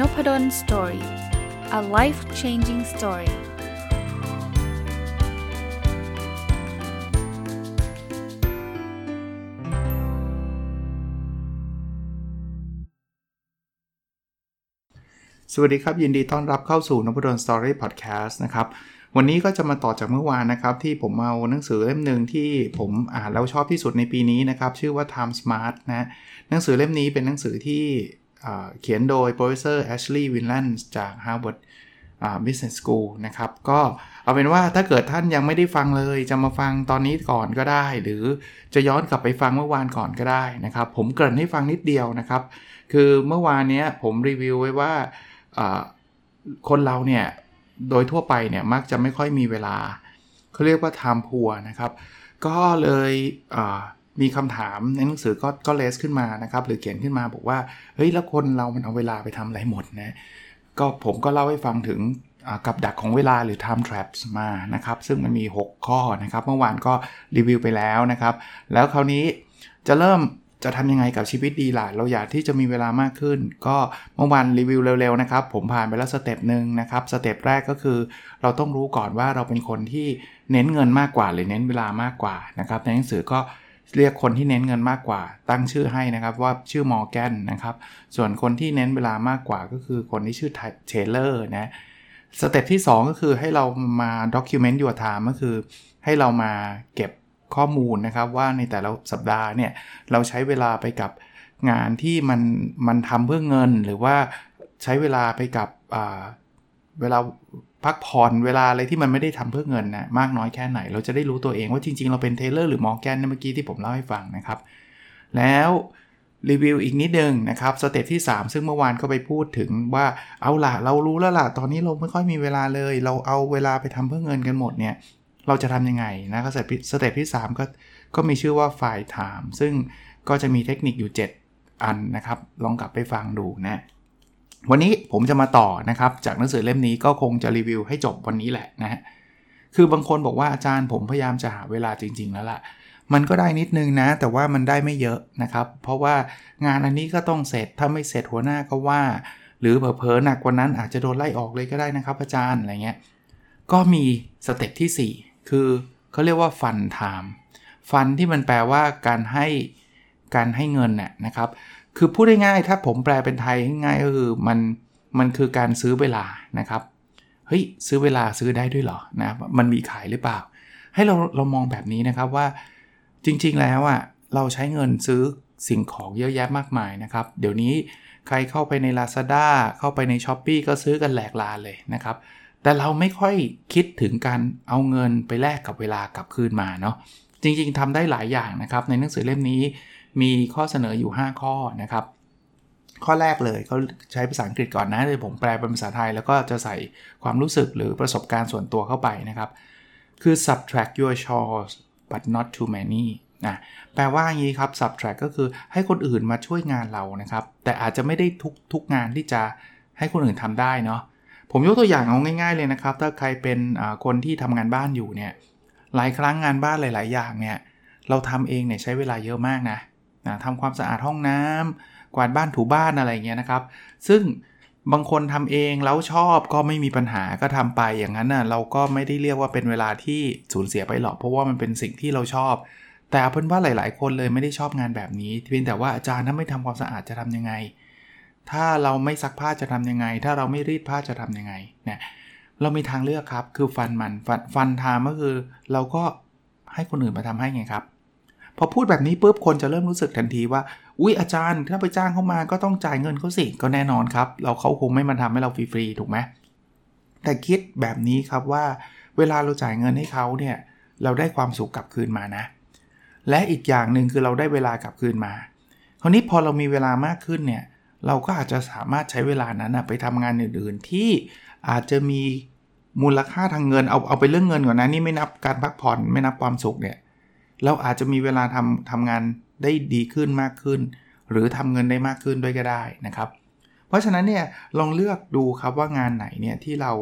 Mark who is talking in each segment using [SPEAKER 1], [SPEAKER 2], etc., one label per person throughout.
[SPEAKER 1] Noppadan Story. A life-changing story.
[SPEAKER 2] สวัสดีครับยินดีต้อนรับเข้าสู่ Noppadan Story Podcast นะครับวันนี้ก็จะมาต่อจากเมื่อวานนะครับที่ผมเอาหนังสือเล่มนึงที่ผมอ่านแล้วชอบที่สุดในปีนี้นะครับชื่อว่า Time Smart นะหนังสือเล่มนี้เป็นหนังสือที่เขียนโดย Professor Ashley Winland จาก Harvard Business School นะครับก็เอาเป็นว่าถ้าเกิดท่านยังไม่ได้ฟังเลยจะมาฟังตอนนี้ก่อนก็ได้หรือจะย้อนกลับไปฟังเมื่อวานก่อนก็ได้นะครับผมเกริ่นให้ฟังนิดเดียวนะครับคือเมื่อวานนี้ผมรีวิวไว้ว่าคนเราเนี่ยโดยทั่วไปเนี่ยมักจะไม่ค่อยมีเวลาเขาเรียกว่า time poor นะครับก็เลยมีคำถามในหนังสือก็เลสขึ้นมานะครับหรือเขียนขึ้นมาบอกว่าเฮ้ยแล้วคนเรามันเอาเวลาไปทำอะไรหมดนะก็ผมก็เล่าให้ฟังถึงกับดักของเวลาหรือ time traps มานะครับซึ่งมันมี6ข้อนะครับเมื่อวานก็รีวิวไปแล้วนะครับแล้วคราวนี้จะทำยังไงกับชีวิตดีล่ะเราอยากที่จะมีเวลามากขึ้นก็เมื่อวานรีวิวเร็วๆนะครับผมผ่านไปแล้วสเต็ปนึงนะครับสเต็ปแรกก็คือเราต้องรู้ก่อนว่าเราเป็นคนที่เน้นเงินมากกว่าหรือเน้นเวลามากกว่านะครับในหนังสือก็เรียกคนที่เน้นเงินมากกว่าตั้งชื่อให้นะครับว่าชื่อมอร์แกนนะครับส่วนคนที่เน้นเวลามากกว่าก็คือคนที่ชื่อเทเลอร์นะสเต็ปที่2ก็คือให้เรามา document your time ก็คือให้เรามาเก็บข้อมูลนะครับว่าในแต่ละสัปดาห์เนี่ยเราใช้เวลาไปกับงานที่มันทำเพื่อเงินหรือว่าใช้เวลาไปกับเวลาพักผ่อนเวลาอะไรที่มันไม่ได้ทำเพื่อเงินนะมากน้อยแค่ไหนเราจะได้รู้ตัวเองว่าจริงๆเราเป็นเทเลอร์หรือมอร์แกนเมื่อกี้ที่ผมเล่าให้ฟังนะครับแล้วรีวิวอีกนิดนึงนะครับสเต็ปที่3ซึ่งเมื่อวานก็ไปพูดถึงว่าเอาล่ะเรารู้แล้วล่ะตอนนี้เราไม่ค่อยมีเวลาเลยเราเอาเวลาไปทำเพื่อเงินกันหมดเนี่ยเราจะทำยังไงนะสเต็ปที่3ก็มีชื่อว่า Find Time ซึ่งก็จะมีเทคนิคอยู่7อันนะครับลองกลับไปฟังดูนะวันนี้ผมจะมาต่อนะครับจากหนังสือเล่มนี้ก็คงจะรีวิวให้จบวันนี้แหละนะคือบางคนบอกว่าอาจารย์ผมพยายามจะหาเวลาจริงๆแล้วล่ะมันก็ได้นิดนึงนะแต่ว่ามันได้ไม่เยอะนะครับเพราะว่างานอันนี้ก็ต้องเสร็จถ้าไม่เสร็จหัวหน้าก็ว่าหรือเผลอๆหนักกว่านั้นอาจจะโดนไล่ออกเลยก็ได้นะครับอาจารย์อะไรเงี้ยก็มีสเต็ปที่4คือเขาเรียกว่าฟันไทม์ฟันที่มันแปลว่าการให้เงินนะครับคือพูดง่ายๆถ้าผมแปลเป็นไทยง่ายๆก็คือมันคือการซื้อเวลานะครับเฮ้ยซื้อเวลาซื้อได้ด้วยเหรอนะมันมีขายหรือเปล่าให้เรามองแบบนี้นะครับว่าจริงๆแล้วเราใช้เงินซื้อสิ่งของเยอะแยะมากมายนะครับเดี๋ยวนี้ใครเข้าไปใน Lazada เข้าไปใน Shopee ก็ซื้อกันแหลกลานเลยนะครับแต่เราไม่ค่อยคิดถึงการเอาเงินไปแลกกับเวลากลับคืนมาเนาะจริงๆทำได้หลายอย่างนะครับในหนังสือเล่มนี้มีข้อเสนออยู่5ข้อนะครับข้อแรกเลยเขาใช้ภาษาอังกฤษก่อนนะเดี๋ยวผมแปลเป็นภาษาไทยแล้วก็จะใส่ความรู้สึกหรือประสบการณ์ส่วนตัวเข้าไปนะครับคือ subtract your chores but not too many นะแปลว่าอย่างนี้ครับ subtract ก็คือให้คนอื่นมาช่วยงานเรานะครับแต่อาจจะไม่ได้ทุกงานที่จะให้คนอื่นทำได้เนาะผมยกตัวอย่างเอาง่ายๆเลยนะครับถ้าใครเป็นคนที่ทำงานบ้านอยู่เนี่ยหลายครั้งงานบ้านหลายๆอย่างเนี่ยเราทำเองเนี่ยใช้เวลาเยอะมากนะทำความสะอาดห้องน้ำกวาดบ้านถูบ้านอะไรเงี้ยนะครับซึ่งบางคนทำเองแล้วชอบก็ไม่มีปัญหาก็ทำไปอย่างนั้นเราก็ไม่ได้เรียกว่าเป็นเวลาที่สูญเสียไปหรอกเพราะว่ามันเป็นสิ่งที่เราชอบแต่เอาเป็นว่าหลายๆคนเลยไม่ได้ชอบงานแบบนี้เพียงแต่ว่าอาจารย์ถ้าไม่ทำความสะอาดจะทำยังไงถ้าเราไม่ซักผ้าจะทำยังไงถ้าเราไม่รีดผ้าจะทำยังไงเนี่ยเรามีทางเลือกครับคือฟันไทม์ก็คือเราก็ให้คนอื่นมาทำให้ไงครับพอพูดแบบนี้ปุ๊บคนจะเริ่มรู้สึกทันทีว่าอุ๊ยอาจารย์ถ้าไปจ้างเขามาก็ต้องจ่ายเงินเขาสิก็แน่นอนครับเขาคงไม่มาทำให้เราฟรีๆถูกไหมแต่คิดแบบนี้ครับว่าเวลาเราจ่ายเงินให้เขาเนี่ยเราได้ความสุขกลับคืนมานะและอีกอย่างหนึ่งคือเราได้เวลากลับคืนมาคราวนี้พอเรามีเวลามากขึ้นเนี่ยเราก็อาจจะสามารถใช้เวลานั้นไปทำงานอื่นๆที่อาจจะมีมูลค่าทางเงินเอาไปเรื่องเงินก่อนนะนี่ไม่นับการพักผ่อนไม่นับความสุขเนี่ยเราอาจจะมีเวลาทำงานได้ดีขึ้นมากขึ้นหรือทำเงินได้มากขึ้นด้วยก็ได้นะครับเพราะฉะนั้นเนี่ยลองเลือกดูครับว่างานไหนเนี่ยที่เรา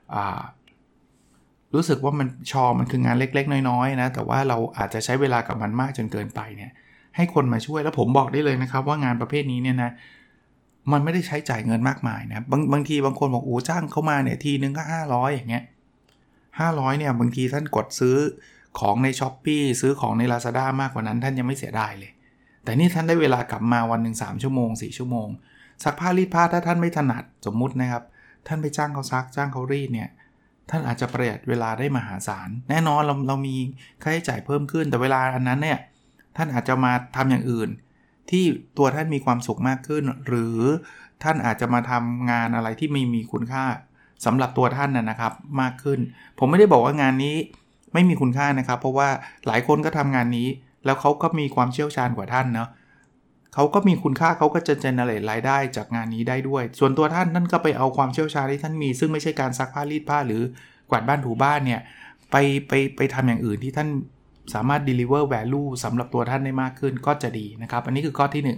[SPEAKER 2] รู้สึกว่ามันคืองานเล็กๆน้อยๆนะแต่ว่าเราอาจจะใช้เวลากับมันมากจนเกินไปเนี่ยให้คนมาช่วยแล้วผมบอกได้เลยนะครับว่างานประเภทนี้เนี่ยนะมันไม่ได้ใช้จ่ายเงินมากมายนะบางทีบางคนบอกโอ้จ้างเขามาเนี่ยทีนึงก็500อย่างเงี้ย500เนี่ยบางทีท่านกดซื้อของใน Shopee ซื้อของใน Lazada มากกว่านั้นท่านยังไม่เสียดายเลยแต่นี่ท่านได้เวลากลับมาวันนึง3ชั่วโมง4ชั่วโมงซักผ้ารีดผ้าถ้าท่านไม่ถนัดสมมุตินะครับท่านไปจ้างเขาซักจ้างเขารีดเนี่ยท่านอาจจะประหยัดเวลาได้มหาศาลแน่นอนเรามีค่าใช้จ่ายเพิ่มขึ้นแต่เวลาอันนั้นเนี่ยท่านอาจจะมาทำอย่างอื่นที่ตัวท่านมีความสุขมากขึ้นหรือท่านอาจจะมาทำงานอะไรที่ไม่มีคุณค่าสำหรับตัวท่านนะครับมากขึ้นผมไม่ได้บอกว่างานนี้ไม่มีคุณค่านะครับเพราะว่าหลายคนก็ทำงานนี้แล้วเขาก็มีความเชี่ยวชาญกว่าท่านเนาะเขาก็มีคุณค่าเขาก็จะ generate รายได้จากงานนี้ได้ด้วยส่วนตัวท่านก็ไปเอาความเชี่ยวชาญที่ท่านมีซึ่งไม่ใช่การซักผ้ารีดผ้าหรือกวาดบ้านถูบ้านเนี่ยไปทำอย่างอื่นที่ท่านสามารถ deliver value สำหรับตัวท่านได้มากขึ้นก็จะดีนะครับอันนี้คือข้อที่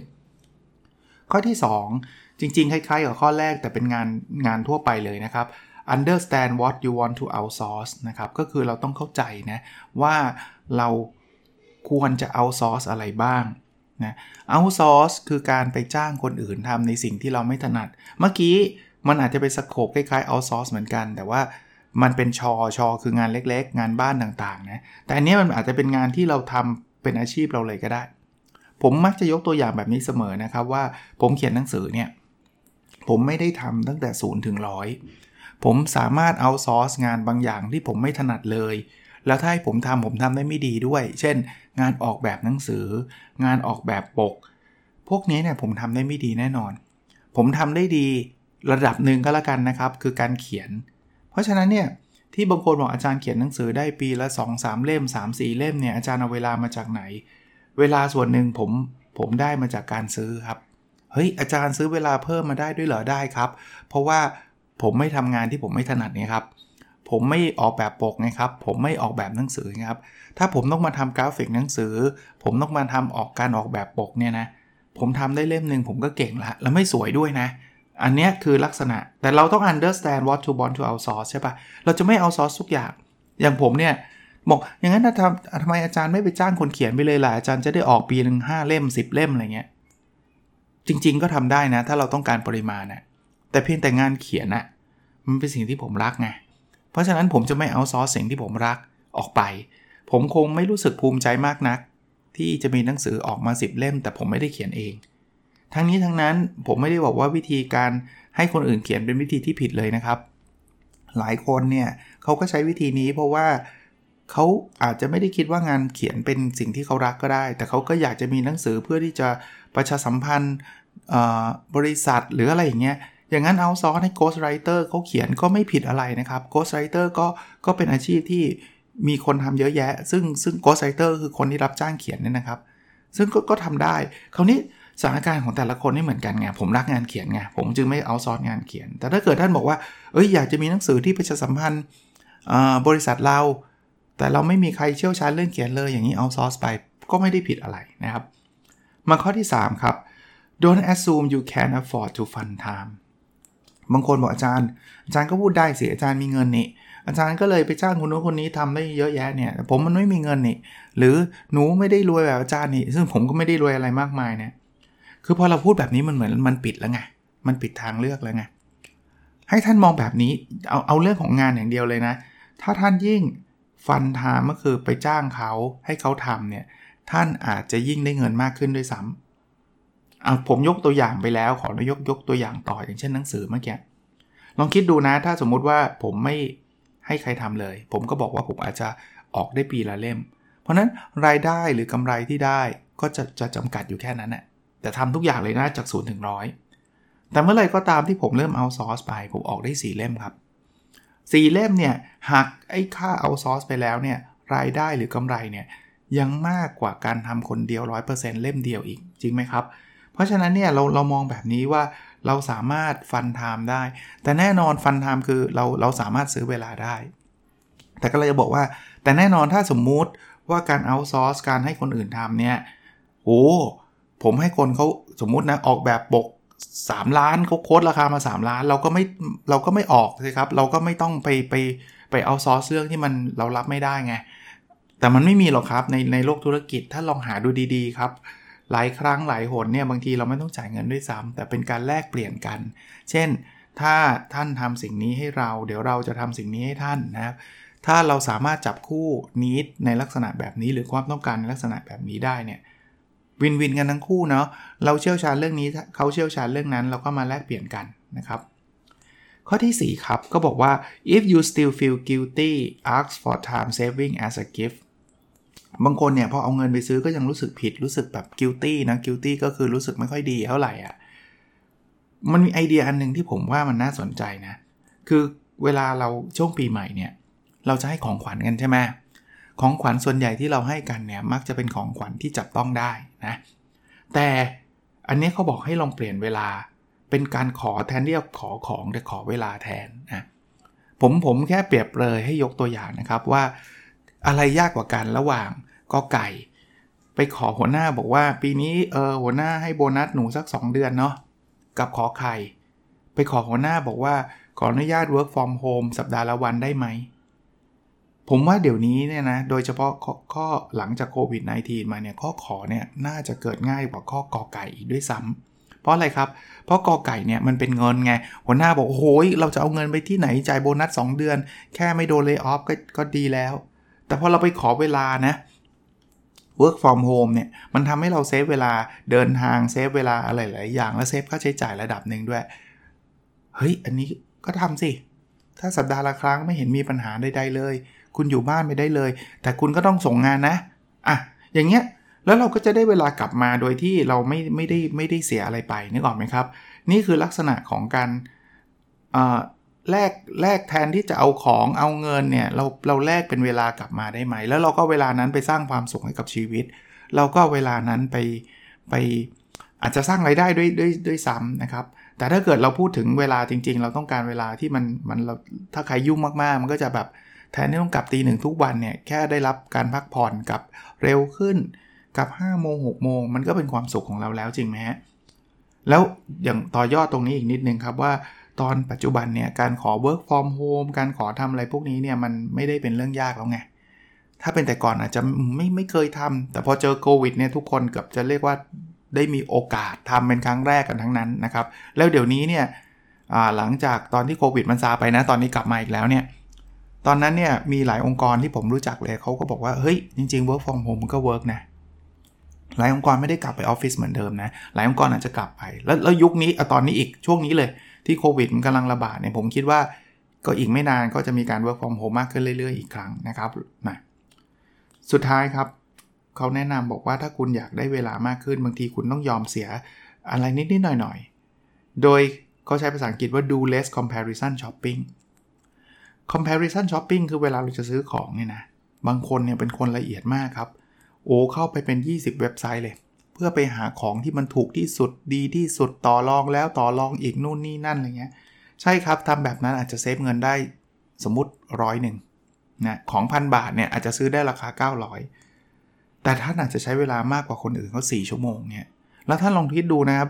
[SPEAKER 2] 1ข้อที่2จริงๆคล้ายๆกับข้อแรกแต่เป็นงานทั่วไปเลยนะครับ understand what you want to outsource นะครับก็คือเราต้องเข้าใจนะว่าเราควรจะ outsource อะไรบ้างนะ outsource คือการไปจ้างคนอื่นทำในสิ่งที่เราไม่ถนัดเมื่อกี้มันอาจจะเป็นสโคปคล้ายๆ outsource เหมือนกันแต่ว่ามันเป็นชอคืองานเล็กๆงานบ้านต่างๆนะแต่อันนี้มันอาจจะเป็นงานที่เราทำเป็นอาชีพเราเลยก็ได้ผมมักจะยกตัวอย่างแบบนี้เสมอนะครับว่าผมเขียนหนังสือเนี่ยผมไม่ได้ทำตั้งแต่0ถึง100ผมสามารถ outsource งานบางอย่างที่ผมไม่ถนัดเลยแล้วถ้าให้ผมทำได้ไม่ดีด้วยเช่นงานออกแบบหนังสืองานออกแบบปกพวกนี้เนี่ยผมทำได้ไม่ดีแน่นอนผมทำได้ดีระดับหนึ่งก็แล้วกันนะครับคือการเขียนเพราะฉะนั้นเนี่ยที่บางคนบอกอาจารย์เขียนหนังสือได้ปีละ 2-3 เล่ม 3-4 เล่มเนี่ยอาจารย์เอาเวลามาจากไหนเวลาส่วนหนึ่งผมได้มาจากการซื้อครับเฮ้ยอาจารย์ซื้อเวลาเพิ่มมาได้ด้วยเหรอได้ครับเพราะว่าผมไม่ทำงานที่ผมไม่ถนัดเนี่ยครับผมไม่ออกแบบปกนะครับผมไม่ออกแบบหนังสือครับถ้าผมต้องมาทำกราฟิกหนังสือผมต้องมาทำการออกแบบปกเนี่ยนะผมทำได้เล่มนึงผมก็เก่งละแล้วไม่สวยด้วยนะอันนี้คือลักษณะแต่เราต้อง understand what to want to outsource ใช่ปะเราจะไม่ outsource ทุกอย่างผมเนี่ยบอกอย่างนั้นทำไมอาจารย์ไม่ไปจ้างคนเขียนไปเลยล่ะอาจารย์จะได้ออกปีนึง5เล่ม10เล่มอะไรเงี้ยจริงๆก็ทำได้นะถ้าเราต้องการปริมาณนะแต่เพียงแต่งานเขียนนะมันเป็นสิ่งที่ผมรักไงเพราะฉะนั้นผมจะไม่ outsource สิ่งที่ผมรักออกไปผมคงไม่รู้สึกภูมิใจมากนักที่จะมีหนังสือออกมา10เล่มแต่ผมไม่ได้เขียนเองทั้งนี้ทั้งนั้นผมไม่ได้บอกว่าวิธีการให้คนอื่นเขียนเป็นวิธีที่ผิดเลยนะครับหลายคนเนี่ยเขาก็ใช้วิธีนี้เพราะว่าเขาอาจจะไม่ได้คิดว่างานเขียนเป็นสิ่งที่เขารักก็ได้แต่เขาก็อยากจะมีหนังสือเพื่อที่จะประชาสัมพันธ์บริษัทหรืออะไรอย่างเงี้ยอย่างนั้นเอาซอร์สให้ Ghost Writer เขาเขียนก็ไม่ผิดอะไรนะครับ Ghost Writer ก็เป็นอาชีพที่มีคนทำเยอะแยะซึ่ง Ghost Writer คือคนที่รับจ้างเขียนเนี่ยนะครับซึ่งก็ทำได้คราวนี้สถานการณ์ของแต่ละคนไม่เหมือนกันไงผมรักงานเขียนไงผมจึงไม่เอาซอร์สงานเขียนแต่ถ้าเกิดท่านบอกว่าอยากจะมีหนังสือที่ประชาสัมพันธ์บริษัทเราแต่เราไม่มีใครเชี่ยวชาญเรื่องเขียนเลยอย่างนี้เอาซอร์สไปก็ไม่ได้ผิดอะไรนะครับมาข้อที่3ครับ Don't assume you can afford to fund time บางคนบอกอาจารย์ก็พูดได้สิอาจารย์มีเงินนี่อาจารย์ก็เลยไปจ้างคนโน้นคนนี้ทำได้เยอะแยะเนี่ยผมมันไม่มีเงินนี่หรือหนูไม่ได้รวยแบบอาจารย์นี่ซึ่งผมก็ไม่ได้รวยอะไรมากมายเนี่ยคือพอเราพูดแบบนี้มันเหมือนมันปิดแล้วไงมันปิดทางเลือกแล้วไงให้ท่านมองแบบนี้เอาเรื่องของงานอย่างเดียวเลยนะถ้าท่านยิ่งฟันไทม์ก็คือไปจ้างเขาให้เขาทำเนี่ยท่านอาจจะยิ่งได้เงินมากขึ้นด้วยซ้ำผมยกตัวอย่างไปแล้วขอยกตัวอย่างต่ออย่างเช่นหนังสือเมื่อกี้ลองคิดดูนะถ้าสมมุติว่าผมไม่ให้ใครทำเลยผมก็บอกว่าผมอาจจะออกได้ปีละเล่มเพราะนั้นรายได้หรือกำไรที่ได้ก็จะจำกัดอยู่แค่นั้นแหละแต่ทำทุกอย่างเลยนะจาก0ถึง100แต่เมื่อไหร่ก็ตามที่ผมเริ่มเอาซอร์สไปผมออกได้4เล่มครับ4เล่มเนี่ยหักไอ้ค่าเอาซอร์สไปแล้วเนี่ยรายได้หรือกำไรเนี่ยยังมากกว่าการทำคนเดียว 100% เล่มเดียวอีกจริงไหมครับเพราะฉะนั้นเนี่ยเรามองแบบนี้ว่าเราสามารถฟันไทม์ได้แต่แน่นอนฟันไทม์คือเราสามารถซื้อเวลาได้แต่ก็เลยจะบอกว่าแต่แน่นอนถ้าสมมุติว่าการเอาซอร์สการให้คนอื่นทำเนี่ยผมให้คนเขาสมมุตินะออกแบบปก3ล้านเขาโค้ดราคามา3ล้านเราก็ไม่ออกสิครับเราก็ไม่ต้องไปเอาซอร์สเรื่องที่มันเรารับไม่ได้ไงแต่มันไม่มีหรอกครับในโลกธุรกิจถ้าลองหาดูดีๆครับหลายครั้งหลายหนเนี่ยบางทีเราไม่ต้องจ่ายเงินด้วยซ้ำแต่เป็นการแลกเปลี่ยนกันเช่นถ้าท่านทำสิ่งนี้ให้เราเดี๋ยวเราจะทำสิ่งนี้ให้ท่านนะครับถ้าเราสามารถจับคู่ need ในลักษณะแบบนี้หรือความต้องการในลักษณะแบบนี้ได้เนี่ยวินวินกันทั้งคู่เนาะเราเชี่ยวชาญเรื่องนี้เขาเชี่ยวชาญเรื่องนั้นเราก็มาแลกเปลี่ยนกันนะครับข้อที่4ครับก็บอกว่า if you still feel guilty ask for time saving as a gift บางคนเนี่ยพอเอาเงินไปซื้อก็ยังรู้สึกผิดรู้สึกแบบ guilty นะ guilty ก็คือรู้สึกไม่ค่อยดีเท่าไหร่อ่ะมันมีไอเดียอันนึงที่ผมว่ามันน่าสนใจนะคือเวลาเราช่วงปีใหม่เนี่ยเราจะให้ของขวัญกันใช่ไหมของขวัญส่วนใหญ่ที่เราให้กันเนี่ยมักจะเป็นของขวัญที่จับต้องได้นะแต่อันนี้เขาบอกให้ลองเปลี่ยนเวลาเป็นการขอแทนที่จะขอของแต่ขอเวลาแทนนะผมแค่เปรียบเลยให้ยกตัวอย่างนะครับว่าอะไรยากกว่ากันระหว่างกอไก่ไปขอหัวหน้าบอกว่าปีนี้หัวหน้าให้โบนัสหนูสัก2 เดือนเนาะกับขอไข่ไปขอหัวหน้าบอกว่าขออนุญาต work from home สัปดาห์ละวันได้ไหมผมว่าเดี๋ยวนี้เนี่ยนะโดยเฉพาะข้อหลังจากโควิด -19 มาเนี่ยข้อขอเนี่ยน่าจะเกิดง่ายกว่าข้อกอไก่อีกด้วยซ้ำเพราะอะไรครับเพราะกอไก่เนี่ยมันเป็นเงินไงหัวหน้าบอกโอ้โหเราจะเอาเงินไปที่ไหนจ่ายโบนัส2 เดือนแค่ไม่โดนเลย์ออฟก็ดีแล้วแต่พอเราไปขอเวลานะ work from home เนี่ยมันทำให้เราเซฟเวลาเดินทางเซฟเวลาอะไรหลายอย่างและเซฟค่าใช้จ่ายระดับหนึ่งด้วยเฮ้ยอันนี้ก็ทำสิถ้าสัปดาห์ละครั้งไม่เห็นมีปัญหาใดๆเลยคุณอยู่บ้านไม่ได้เลยแต่คุณก็ต้องส่งงานนะอ่ะอย่างเงี้ยแล้วเราก็จะได้เวลากลับมาโดยที่เราไม่ได้เสียอะไรไปนึกออกไหมครับนี่คือลักษณะของการแลกแทนที่จะเอาของเอาเงินเนี่ยเราแลกเป็นเวลากลับมาได้ไหมแล้วเราก็เวลานั้นไปสร้างความสุขให้กับชีวิตเราก็เวลานั้นไปอาจจะสร้างรายได้ด้วยซ้ำนะครับแต่ถ้าเกิดเราพูดถึงเวลาจริงๆเราต้องการเวลาที่มันเราถ้าใครยุ่งมากๆมันก็จะแบบแทนที่ต้องกลับ 1:00 นทุกวันเนี่ยแค่ได้รับการพักผ่อนกับเร็วขึ้นกับ 5:00 น 6:00 นมันก็เป็นความสุขของเราแล้วจริงไหมฮะแล้วอย่างต่อยอดตรงนี้อีกนิดนึงครับว่าตอนปัจจุบันเนี่ยการขอ work from home การขอทำอะไรพวกนี้เนี่ยมันไม่ได้เป็นเรื่องยากแล้วไงถ้าเป็นแต่ก่อนอาจจะไม่เคยทำแต่พอเจอโควิดเนี่ยทุกคนเกือบจะเรียกว่าได้มีโอกาสทำเป็นครั้งแรกกันทั้งนั้นนะครับแล้วเดี๋ยวนี้เนี่ยหลังจากตอนที่โควิดมันซาไปนะตอนนี้กลับมาอีกแล้วเนี่ยตอนนั้นเนี่ยมีหลายองค์กรที่ผมรู้จักเลยเขาก็บอกว่าเฮ้ยจริงๆ work from home มันก็ work นะหลายองค์กรไม่ได้กลับไปออฟฟิศเหมือนเดิมนะหลายองค์กรอาจจะกลับไปแล้วยุคนี้ตอนนี้อีกช่วงนี้เลยที่โควิดมันกำลังระบาดเนี่ยผมคิดว่าก็อีกไม่นานก็จะมีการ work from home มากขึ้นเรื่อยๆอีกครั้งนะครับนะสุดท้ายครับเขาแนะนำบอกว่าถ้าคุณอยากได้เวลามากขึ้นบางทีคุณต้องยอมเสียอะไรนิดๆหน่อยๆโดยเขาใช้ภาษาอังกฤษว่า do less comparison shopping comparison shopping คือเวลาเราจะซื้อของเนี่ยนะบางคนเนี่ยเป็นคนละเอียดมากครับเข้าไปเป็น20เว็บไซต์เลยเพื่อไปหาของที่มันถูกที่สุดดีที่สุดต่อรองแล้วต่อรองอีกนู่นนี่นั่นอะไรเงี้ยใช่ครับทำแบบนั้นอาจจะเซฟเงินได้สมมุติ100นะของ 1,000 บาทเนี่ยอาจจะซื้อได้ราคา900แต่ท่านอาจจะใช้เวลามากกว่าคนอื่นเขา4ชั่วโมงเนี่ยแล้วท่านลองคิดดูนะครับ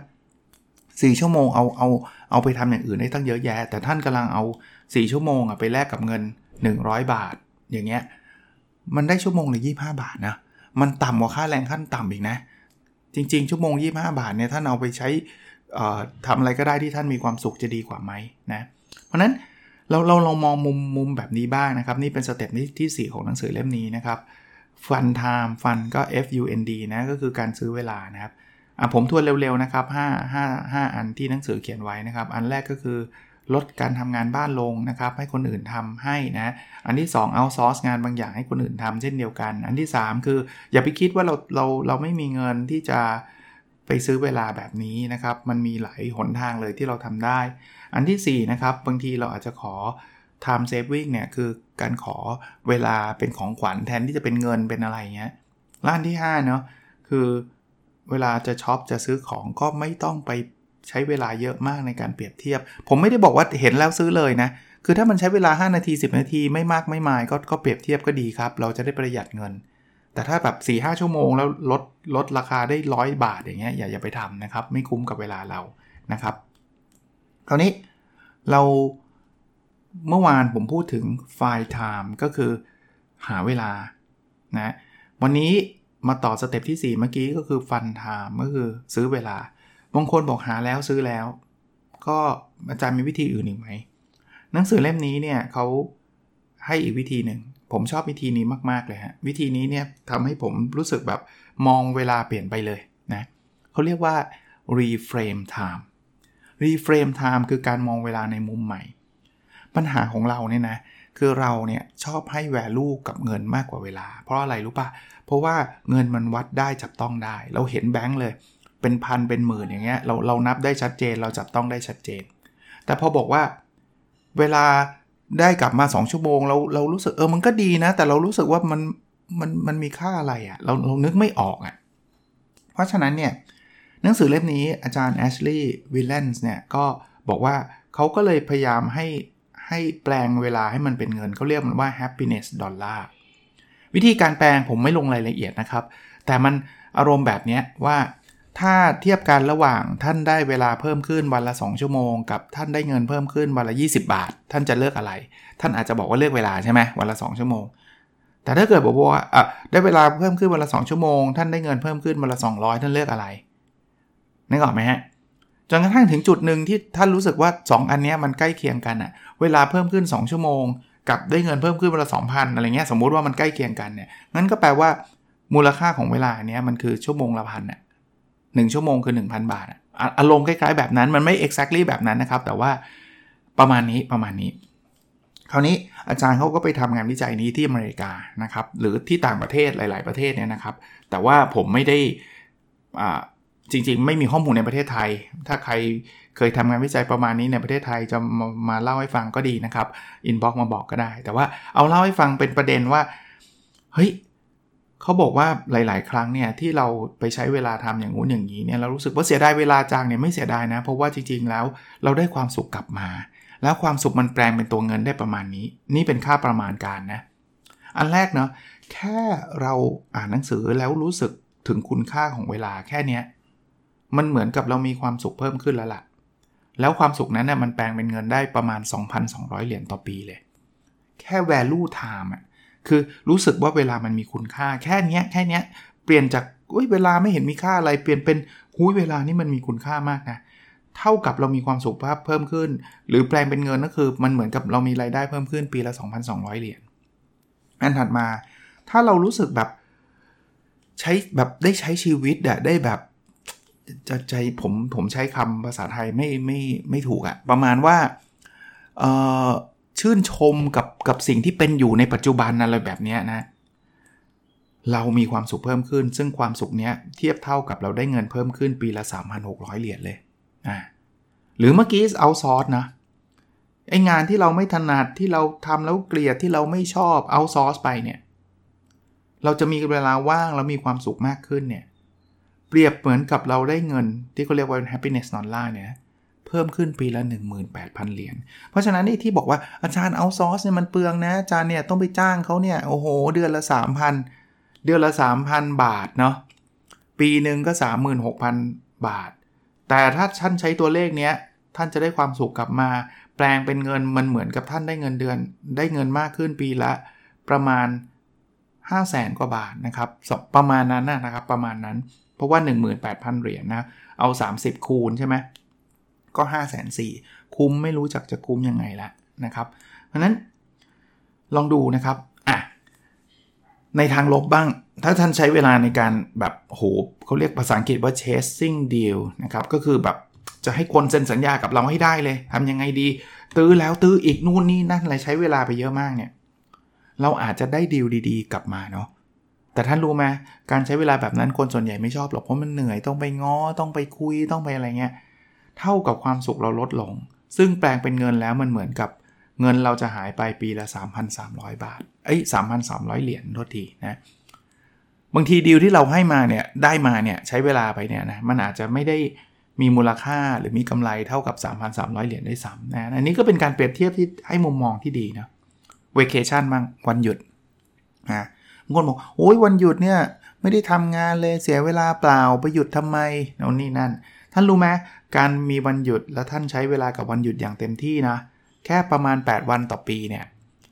[SPEAKER 2] 4ชั่วโมงเอาไปทำอย่างอื่นได้ตั้งเยอะแยะแต่ท่านกำลังเอา4ชั่วโมงไปแลกกับเงิน100 บาทอย่างเงี้ยมันได้ชั่วโมงละ25 บาทนะมันต่ำกว่าค่าแรงขั้นต่ำอีกนะจริงๆชั่วโมง25 บาทเนี่ยท่านเอาไปใช้ทำอะไรก็ได้ที่ท่านมีความสุขจะดีกว่าไหมนะเพราะนั้นเรามองมุมแบบนี้บ้างนะครับนี่เป็นสเต็ปที่4ของหนังสือเล่มนี้นะครับ Fun Time Fun ก็ FUND นะก็คือการซื้อเวลานะครับผมทวนเร็วๆนะครับ5อันที่หนังสือเขียนไว้นะครับอันแรกก็คือลดการทำงานบ้านลงนะครับให้คนอื่นทำให้นะอันที่2 outsource งานบางอย่างให้คนอื่นทำเช่นเดียวกันอันที่3คืออย่าไปคิดว่าเราไม่มีเงินที่จะไปซื้อเวลาแบบนี้นะครับมันมีหลายหนทางเลยที่เราทำได้อันที่4นะครับบางทีเราอาจจะขอ time saving เนี่ยคือการขอเวลาเป็นของขวัญแทนที่จะเป็นเงินเป็นอะไรเงี้ยและอันที่5เนาะคือเวลาจะช็อปจะซื้อของก็ไม่ต้องไปใช้เวลาเยอะมากในการเปรียบเทียบผมไม่ได้บอกว่าเห็นแล้วซื้อเลยนะคือถ้ามันใช้เวลา5นาที10นาทีไม่มากไม่มายก็เปรียบเทียบก็ดีครับเราจะได้ประหยัดเงินแต่ถ้าแบบ 4-5 ชั่วโมงแล้วลดราคาได้100 บาทอย่างเงี้ยอย่าไปทำนะครับไม่คุ้มกับเวลาเรานะครับคราวนี้เราเมื่อวานผมพูดถึง find time ก็คือหาเวลานะวันนี้มาต่อสเต็ปที่4เมื่อกี้ก็คือฟันไทม์ก็คือซื้อเวลาบางคนบอกหาแล้วซื้อแล้วก็อาจารย์มีวิธีอื่นอีกไหมหนังสือเล่มนี้เนี่ยเขาให้อีกวิธีหนึ่งผมชอบวิธีนี้มากๆเลยฮะวิธีนี้เนี่ยทำให้ผมรู้สึกแบบมองเวลาเปลี่ยนไปเลยนะเขาเรียกว่า reframe time reframe time คือการมองเวลาในมุมใหม่ปัญหาของเราเนี่ยนะคือเราเนี่ยชอบให้ value กับเงินมากกว่าเวลาเพราะอะไรรู้ป่ะเพราะว่าเงินมันวัดได้จับต้องได้เราเห็นแบงค์เลยเป็นพันเป็นหมื่นอย่างเงี้ยเรานับได้ชัดเจนเราจับต้องได้ชัดเจนแต่พอบอกว่าเวลาได้กลับมา2ชั่วโมงเรารู้สึกมันก็ดีนะแต่เรารู้สึกว่ามันมีค่าอะไรอ่ะเรานึกไม่ออกอ่ะเพราะฉะนั้นเนี่ยหนังสือเล่มนี้อาจารย์แอชลีย์วิลเลนส์เนี่ยก็บอกว่าเขาก็เลยพยายามให้แปลงเวลาให้มันเป็นเงินเขาเรียกมันว่า happiness dollar วิธีการแปลงผมไม่ลงรายละเอียดนะครับแต่มันอารมณ์แบบนี้ว่าถ้าเทียบกันระหว่างท่านได้เวลาเพิ่มขึ้นวันละ2ชั่วโมงกับท่านได้เงินเพิ่มขึ้นวันละ20บาทท่านจะเลือกอะไรท่านอาจจะบอกว่าเลือกเวลาใช่ไหมวันละ2ชั่วโมงแต่ถ้าเกิดบอกว่าได้เวลาเพิ่มขึ้นวันละ2ชั่วโมงท่านได้เงินเพิ่มขึ้นวันละ200ท่านเลือกอะไรนึกออกไหมฮะจนกระทั่งถึงจุดหนึ่งที่ท่านรู้สึกว่า2อันนี้มันใกล้เคียงกันเวลาเพิ่มขึ้น2ชั่วโมงกับได้เงินเพิ่มขึ้นวันละ 2,000 อะไรเงี้ยสมมุติว่ามันใกล้เคียงกันเนี่ยงั้นก็แปลว่ามูลค่าของเวลาเนี้ยมันคือชั่วโมงละ1,000 1ชั่วโมงคือ 1,000 บาทอารมณ์คล้ายๆแบบนั้นมันไม่ exactly แบบนั้นนะครับแต่ว่าประมาณนี้คราวนี้อาจารย์เขาก็ไปทำงานวิจัยนี้ที่อเมริกานะครับหรือที่ต่างประเทศหลายๆประเทศเนี่ยนะครับแต่ว่าผมไม่ได้จริงๆไม่มีข้อมูลในประเทศไทยถ้าใครเคยทำงานวิจัยประมาณนี้ในประเทศไทยจะมาเล่าให้ฟังก็ดีนะครับอินบ็อกซ์มาบอกก็ได้แต่ว่าเอาเล่าให้ฟังเป็นประเด็นว่าเฮ้ยเขาบอกว่าหลายๆครั้งเนี่ยที่เราไปใช้เวลาทำอย่างงู้นอย่างนี้เนี่ยเรารู้สึกว่าเสียดายเวลาจังเนี่ยไม่เสียดายนะเพราะว่าจริงๆแล้วเราได้ความสุขกลับมาแล้วความสุขมันแปลงเป็นตัวเงินได้ประมาณนี้นี่เป็นค่าประมาณการนะอันแรกเนาะแค่เราอ่านหนังสือแล้วรู้สึกถึงคุณค่าของเวลาแค่เนี้ยมันเหมือนกับเรามีความสุขเพิ่มขึ้นแล้วล่ะแล้วความสุขนั้นน่ะมันแปลงเป็นเงินได้ประมาณ 2,200 เหรียญต่อปีเลยแค่ value time คือรู้สึกว่าเวลามันมีคุณค่าแค่เนี้ยเปลี่ยนจากเวลาไม่เห็นมีค่าอะไรเปลี่ยนเป็นเวลานี่มันมีคุณค่ามากนะเท่ากับเรามีความสุขเพิ่มขึ้นหรือแปลงเป็นเงินก็คือมันเหมือนกับเรามีรายได้เพิ่มขึ้นปีละ 2,200 เหรียญอันถัดมาถ้าเรารู้สึกแบบใช้แบบได้ใช้ชีวิตได้แบบจะใจผมใช้คำภาษาไทยไม่ถูกประมาณว่าชื่นชมกับสิ่งที่เป็นอยู่ในปัจจุบันอะไรแบบนี้นะเรามีความสุขเพิ่มขึ้นซึ่งความสุขเนี้ยเทียบเท่ากับเราได้เงินเพิ่มขึ้นปีละ 3,600 เหรียญเลยหรือเมื่อกี้เอาซอร์สนะไองานที่เราไม่ถนัดที่เราทำแล้วเกลียดที่เราไม่ชอบเอาซอร์สไปเนี่ยเราจะมีเวลาว่างแล้วมีความสุขมากขึ้นเนี่ยเปรียบเหมือนกับเราได้เงินที่เขาเรียกว่า happiness dollar เนี่ยเพิ่มขึ้นปีละ 18,000 เหรียญเพราะฉะนั้นที่บอกว่าอาจารย์เอาซอร์สเนี่ยมันเปลืองนะอาจารย์เนี่ยต้องไปจ้างเขาเนี่ยโอ้โหเดือนละ 3,000 บาทเนาะปีนึงก็ 36,000 บาทแต่ถ้าท่านใช้ตัวเลขเนี้ยท่านจะได้ความสุขกลับมาแปลงเป็นเงินมันเหมือนกับท่านได้เงินเดือนได้เงินมากขึ้นปีละประมาณ 500,000 กว่าบาทนะครับประมาณนั้นนะครับประมาณนั้นเพราะว่า 18,000 เหรียญนะเอา30คูณใช่ไหมก็ 540,000 คุ้มไม่รู้จักจะคุ้มยังไงละนะครับเพราะนั้นลองดูนะครับในทางลบบ้างถ้าท่านใช้เวลาในการแบบเขาเรียกภาษาอังกฤษว่า chasing deal นะครับก็คือแบบจะให้คนเซ็นสัญญากับเราให้ได้เลยทำยังไงดีตื้อแล้วตื้ออีกนู่นนี่นั่นอะไรใช้เวลาไปเยอะมากเนี่ยเราอาจจะได้ดีลดีๆกลับมาเนาะแต่ท่านรู้ไหมการใช้เวลาแบบนั้นคนส่วนใหญ่ไม่ชอบหรอกเพราะมันเหนื่อยต้องไปง้อต้องไปคุยต้องไปอะไรเงี้ยเท่ากับความสุขเราลดลงซึ่งแปลงเป็นเงินแล้วมันเหมือนกับเงินเราจะหายไปปีละ 3,300 บาท3,300 เหรียญโทษทีนะบางทีดีลที่เราให้มาเนี่ยได้มาเนี่ยใช้เวลาไปเนี่ยนะมันอาจจะไม่ได้มีมูลค่าหรือมีกำไรเท่ากับ 3,300 เหรียญได้ซ้ำนะอันนี้ก็เป็นการเปรียบเทียบที่ให้มุมมองที่ดีนะvacation บ้างวันหยุดบางคนบอกโอ้ยวันหยุดเนี่ยไม่ได้ทำงานเลยเสียเวลาเปล่าไปหยุดทำไมโน่นนี่นั่นท่านรู้ไหมการมีวันหยุดแล้วท่านใช้เวลากับวันหยุดอย่างเต็มที่นะแค่ประมาณ8วันต่อปีเนี่ย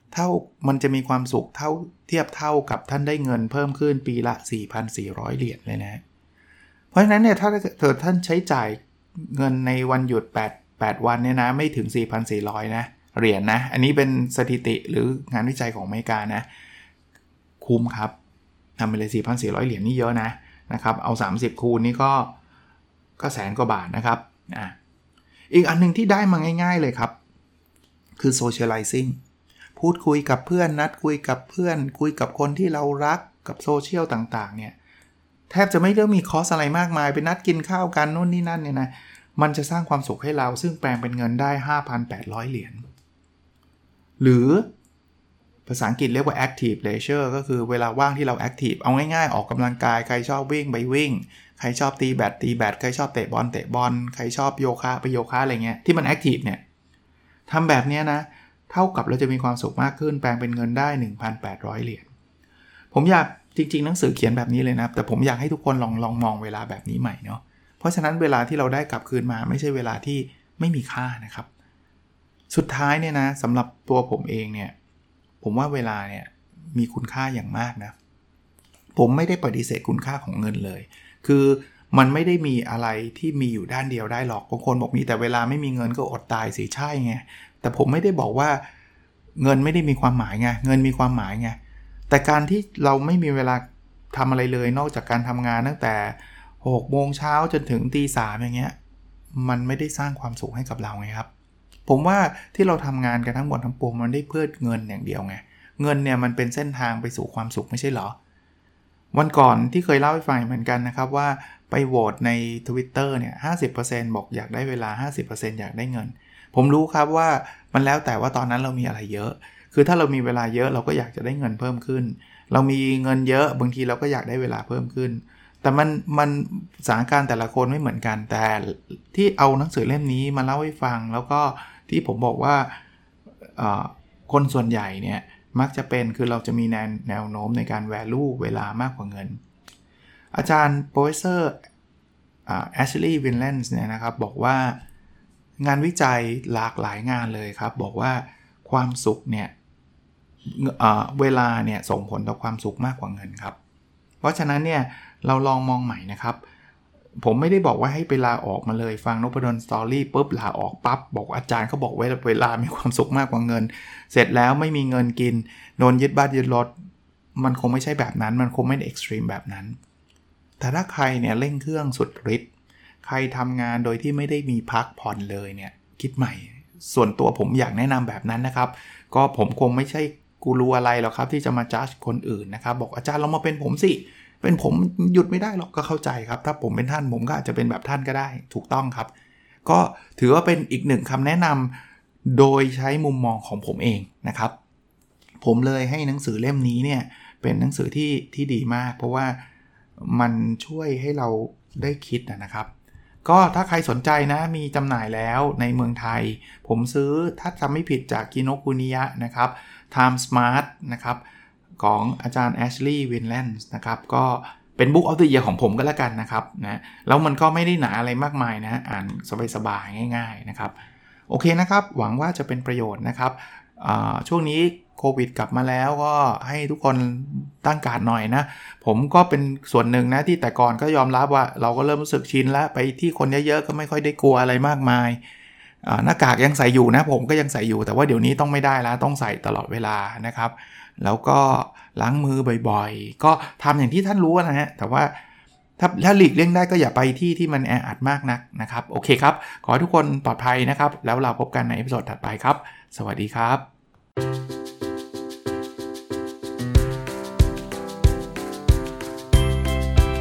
[SPEAKER 2] มันจะมีความสุขเทียบเท่ากับท่านได้เงินเพิ่มขึ้นปีละ 4,400 เหรียญเลยนะเพราะฉะนั้นเนี่ยถ้าเกิดท่านใช้จ่ายเงินในวันหยุด8วันเนี่ยนะไม่ถึง 4,400 นะเหรียญนะอันนี้เป็นสถิติหรืองานวิจัยของอเมริกานะคุ้มครับทำไปเลย 4,400 เหรียญนี่เยอะนะครับเอา30คูณนี่ก็แสนกว่าบาทนะครับอีกอันนึงที่ได้มาง่ายๆเลยครับคือ socializing พูดคุยกับเพื่อนนัดคุยกับเพื่อนคุยกับคนที่เรารักกับโซเชียลต่างๆเนี่ยแทบจะไม่ได้มีคอสอะไรมากมายไปนัดกินข้าวกันนู่นนี่นั่นเนี่ยนะมันจะสร้างความสุขให้เราซึ่งแปลงเป็นเงินได้ 5,800 เหรียญหรือภาษาอังกฤษเรียกว่า active leisure ก็คือเวลาว่างที่เรา active เอาง่ายๆออกกำลังกายใครชอบวิ่งไปวิ่งใครชอบตีแบดใครชอบเตะบอลใครชอบโยคะไปโยคะอะไรเงี้ยที่มัน active เนี่ยทำแบบนี้นะเท่ากับเราจะมีความสุขมากขึ้นแปลงเป็นเงินได้ 1,800 เหรียญผมอยากจริงๆหนังสือเขียนแบบนี้เลยนะแต่ผมอยากให้ทุกคนลองมองเวลาแบบนี้ใหม่เนาะเพราะฉะนั้นเวลาที่เราได้กลับคืนมาไม่ใช่เวลาที่ไม่มีค่านะครับสุดท้ายเนี่ยนะสำหรับตัวผมเองเนี่ยผมว่าเวลาเนี่ยมีคุณค่าอย่างมากนะผมไม่ได้ปฏิเสธคุณค่าของเงินเลยคือมันไม่ได้มีอะไรที่มีอยู่ด้านเดียวได้หรอกบางคนบอกมีแต่เวลาไม่มีเงินก็อดตายสิใช่ไงแต่ผมไม่ได้บอกว่าเงินไม่ได้มีความหมายไงเงินมีความหมายไงแต่การที่เราไม่มีเวลาทำอะไรเลยนอกจากการทำงานตั้งแต่6 โมงเช้าจนถึงตี 3อย่างเงี้ยมันไม่ได้สร้างความสุขให้กับเราไงครับผมว่าที่เราทำงานกันทั้งหมดทั้งปวงมันได้เพื่อเงินอย่างเดียวไงเงินเนี่ยมันเป็นเส้นทางไปสู่ความสุขไม่ใช่เหรอวันก่อนที่เคยเล่าให้ฟังเหมือนกันนะครับว่าไปโหวตใน Twitter เนี่ย 50% บอกอยากได้เวลา 50% อยากได้เงินผมรู้ครับว่ามันแล้วแต่ว่าตอนนั้นเรามีอะไรเยอะคือถ้าเรามีเวลาเยอะเราก็อยากจะได้เงินเพิ่มขึ้นเรามีเงินเยอะบางทีเราก็อยากได้เวลาเพิ่มขึ้นแต่มันสถานการณ์แต่ละคนไม่เหมือนกันแต่ที่เอาหนังสือเล่มนี้มาเล่าให้ฟังแล้วก็ที่ผมบอกว่าคนส่วนใหญ่เนี่ยมักจะเป็นคือเราจะมีแนวโน้มในการ value เวลามากกว่าเงินอาจารย์โปรเฟสเซอร์แอชลีย์วินแลนส์เนี่ยนะครับบอกว่างานวิจัยหลากหลายงานเลยครับบอกว่าความสุขเนี่ยเวลาเนี่ยส่งผลต่อความสุขมากกว่าเงินครับเพราะฉะนั้นเนี่ยเราลองมองใหม่นะครับผมไม่ได้บอกว่าให้ไปลาออกมาเลยฟังนพดลสตอรี่ปุ๊บลาออกปั๊บบอกอาจารย์เขาบอกเวลามีความสุขมากกว่าเงินเสร็จแล้วไม่มีเงินกินโดนยึดบ้านยึดรถมันคงไม่ใช่แบบนั้นมันคงไม่ได้เอ็กซ์ตรีมแบบนั้นแต่ถ้าใครเนี่ยเร่งเครื่องสุดฤทธิ์ใครทำงานโดยที่ไม่ได้มีพักผ่อนเลยเนี่ยคิดใหม่ส่วนตัวผมอยากแนะนำแบบนั้นนะครับก็ผมคงไม่ใช่กูรู้อะไรหรอกครับที่จะมาจัดคนอื่นนะครับบอกอาจารย์เรามาเป็นผมสิเป็นผมหยุดไม่ได้หรอกก็เข้าใจครับถ้าผมเป็นท่านผมก็อาจจะเป็นแบบท่านก็ได้ถูกต้องครับก็ถือว่าเป็นอีกหนึ่งคำแนะนำโดยใช้มุมมองของผมเองนะครับผมเลยให้หนังสือเล่มนี้เนี่ยเป็นหนังสือที่ดีมากเพราะว่ามันช่วยให้เราได้คิดนะครับก็ถ้าใครสนใจนะมีจำหน่ายแล้วในเมืองไทยผมซื้อถ้าจำไม่ผิดจากกิโนคุนิยะนะครับ Time Smart นะครับของอาจารย์แอชลีย์วินแลนส์นะครับก็เป็น Book of the Year ของผมก็แล้วกันนะครับนะแล้วมันก็ไม่ได้หนาอะไรมากมายนะอ่านสบายๆง่ายๆนะครับโอเคนะครับหวังว่าจะเป็นประโยชน์นะครับช่วงนี้โควิดกลับมาแล้วก็ให้ทุกคนตั้งการ์ดหน่อยนะผมก็เป็นส่วนหนึ่งนะที่แต่ก่อนก็ยอมรับว่าเราก็เริ่มรู้สึกชินแล้วไปที่คนเยอะๆก็ไม่ค่อยได้กลัวอะไรมากมายหน้ากากยังใส่อยู่นะผมก็ยังใส่อยู่แต่ว่าเดี๋ยวนี้ต้องไม่ได้แล้วต้องใส่ตลอดเวลานะครับแล้วก็ล้างมือบ่อยๆก็ทำอย่างที่ท่านรู้นะฮะแต่ว่าถ้าหลีกเลี่ยงได้ก็อย่าไปที่มันแออัดมากนักนะครับโอเคครับขอให้ทุกคนปลอดภัยนะครับแล้วเราพบกันในเอพิโซดถัดไปครับสวัสดีครับ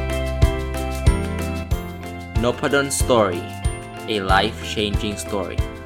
[SPEAKER 3] Noppadan Story, a life-changing story.